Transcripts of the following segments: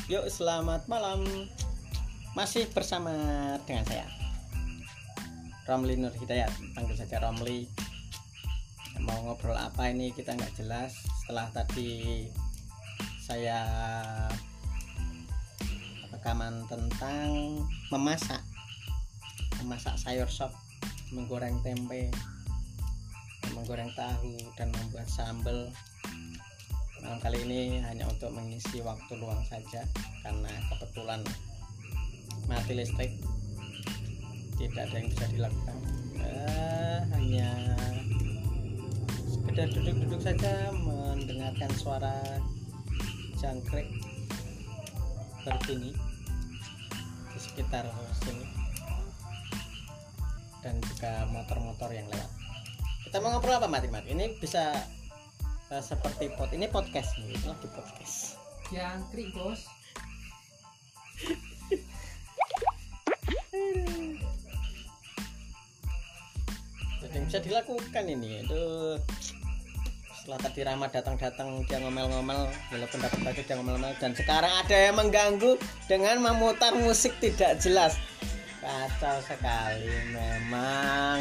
Yuk, selamat malam. Masih bersama dengan saya Romli Nur Hidayat, panggil saja Romli. Mau ngobrol apa ini kita nggak jelas. Setelah tadi saya rekaman tentang memasak sayur sop, menggoreng tempe, menggoreng tahu, dan membuat sambal. Malam kali ini hanya untuk mengisi waktu luang saja, karena kebetulan mati listrik, tidak ada yang bisa dilakukan. Hanya sekedar duduk-duduk saja, mendengarkan suara jangkrik berbunyi di sekitar sini, dan juga motor-motor yang lewat. Kita mau ngobrol apa, Mati? Ini bisa seperti ini podcast nih, itu lagi podcast. Jangkrik, bos. Jadi yang bisa dilakukan ini itu setelah tadi Rama datang dia ngomel-ngomel, walaupun dapat baju dia ngomel-ngomel, dan sekarang ada yang mengganggu dengan memutar musik tidak jelas. Kacau sekali memang.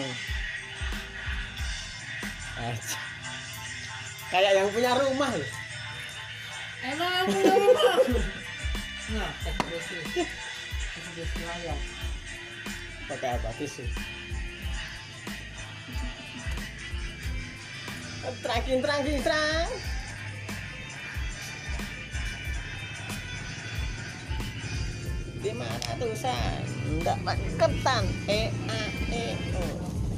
Kayak yang punya rumah loh. Emang punya rumah. Nah, ekspresi layar. Pakai apa tisu? Terang. Di mana tulisan? Enggak pakai ketan. O.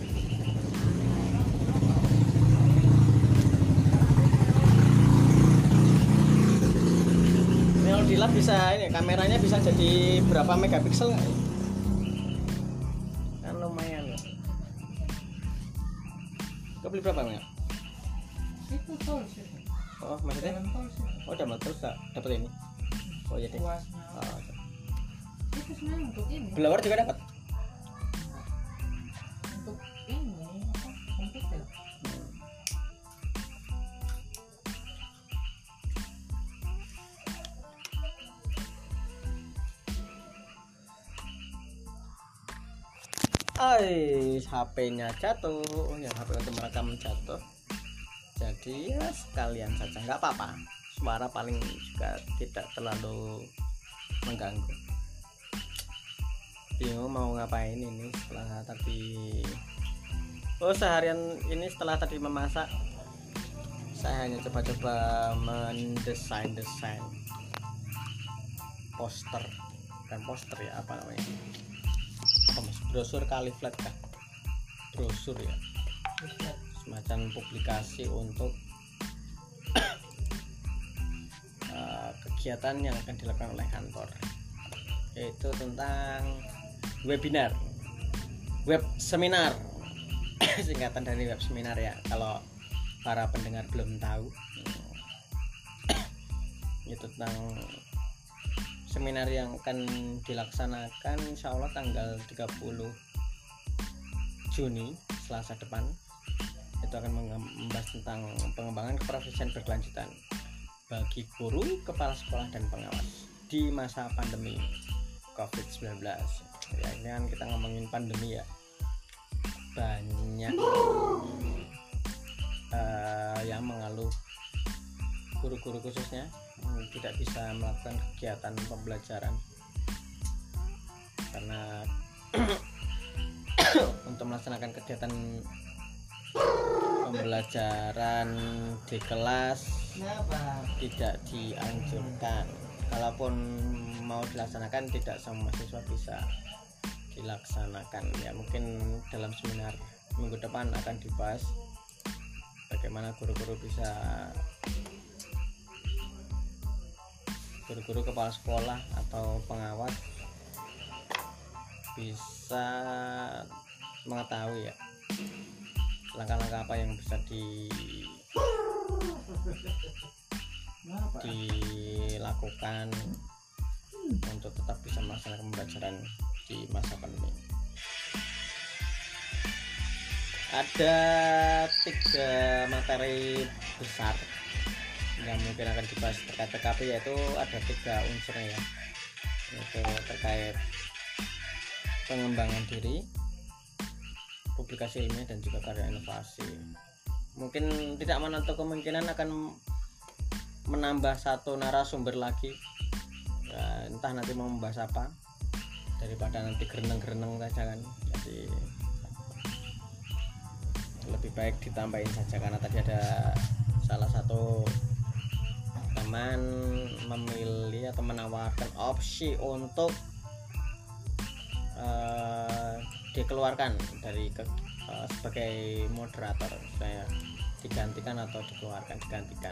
Kalau di lab bisa ini, kameranya bisa jadi berapa megapiksel nggak? Kan lumayan ya. Kau beli berapa nggak? Itu tol sih. Oh, maksudnya? Tol sih. Oh, udah terus dapat ini. Oh iya deh. Puasnya. Oh, Itu sebenarnya untuk ini. blower juga dapat. Untuk ini apa? Komputer. HP-nya jatuh, yang HP untuk merekam jatuh. Jadi ya sekalian saja, nggak apa-apa. Suara paling juga tidak terlalu mengganggu. Bingung mau ngapain ini setelah tadi. Seharian ini setelah tadi memasak, saya hanya coba-coba mendesain poster ya, apa namanya? Brosur kali flat kan? Brosur ya, semacam publikasi untuk kegiatan yang akan dilakukan oleh kantor, yaitu tentang web seminar. Singkatan dari web seminar ya, kalau para pendengar belum tahu. Itu tentang seminar yang akan dilaksanakan insya Allah tanggal 30 Juni, Selasa depan. Itu akan membahas tentang pengembangan keprofesian berkelanjutan bagi guru, kepala sekolah, dan pengawas di masa pandemi COVID-19. Ya, ini kan kita ngomongin pandemi ya, banyak yang mengeluh, guru-guru khususnya tidak bisa melakukan kegiatan pembelajaran karena untuk melaksanakan kegiatan pembelajaran di kelas tidak dianjurkan. Kalaupun mau dilaksanakan, tidak semua mahasiswa bisa dilaksanakan. Ya mungkin dalam seminar minggu depan akan dibahas bagaimana guru-guru kepala sekolah atau pengawas bisa mengetahui ya langkah-langkah apa yang bisa dilakukan untuk tetap bisa melaksanakan pembelajaran di masa pandemi. Ada 3 materi besar yang mungkin akan dibahas terkait TKP, yaitu ada 3 unsurnya ya, yaitu terkait pengembangan diri, publikasi ilmiah, dan juga karya inovasi. Mungkin tidak menutup kemungkinan akan menambah 1 narasumber lagi ya, entah nanti mau membahas apa, daripada nanti gereneng-gereneng saja kan. Jadi lebih baik ditambahin saja, karena tadi ada salah satu teman memilih atau menawarkan opsi untuk dikeluarkan dari sebagai moderator, saya digantikan atau digantikan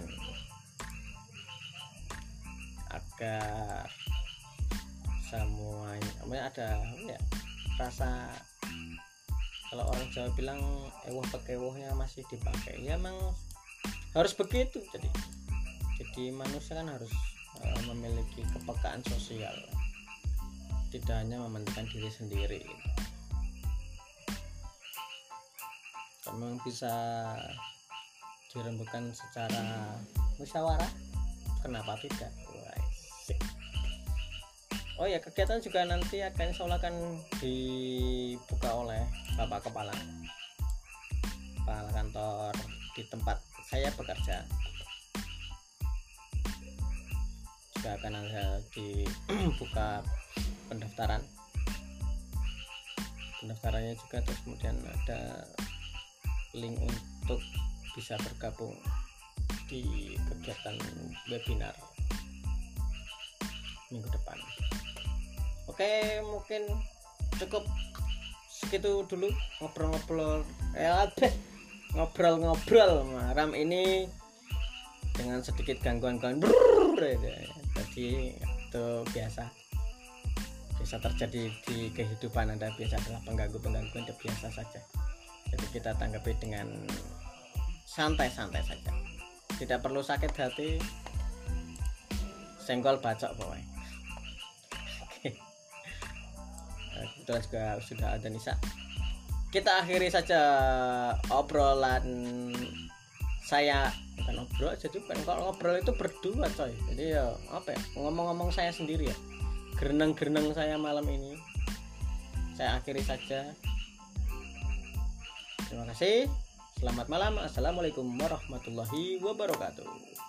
agar semuanya ada ya, rasa, kalau orang Jawa bilang ewah pekewahnya masih dipakai, ya emang harus begitu. Jadi manusia kan harus memiliki kepekaan sosial, tidak hanya mementingkan diri sendiri. Memang bisa dirembukan secara musyawarah, kenapa tidak? Oh ya, kegiatan juga nanti akan insyaallah akan dibuka oleh Bapak Kepala Kantor di tempat saya bekerja. Juga akan ada dibuka pendaftarannya juga, terus kemudian ada link untuk bisa bergabung di kegiatan webinar minggu depan. Oke, mungkin cukup segitu dulu ngobrol-ngobrol malam ini dengan sedikit gangguan-gangguan. Jadi itu biasa terjadi di kehidupan Anda, biasa adalah pengganggu-pengganggu, itu biasa saja. Jadi kita tanggapi dengan santai-santai saja, tidak perlu sakit hati, senggol bacok pokoknya. Kebetulan juga sudah ada Nisa. Kita akhiri saja obrolan saya, bukan obrol aja, bukan, kalau ngobrol itu berdua coy. Jadi ya apa ya, ngomong-ngomong saya sendiri ya, gereneng-gereneng saya malam ini saya akhiri saja. Terima kasih, selamat malam, assalamualaikum warahmatullahi wabarakatuh.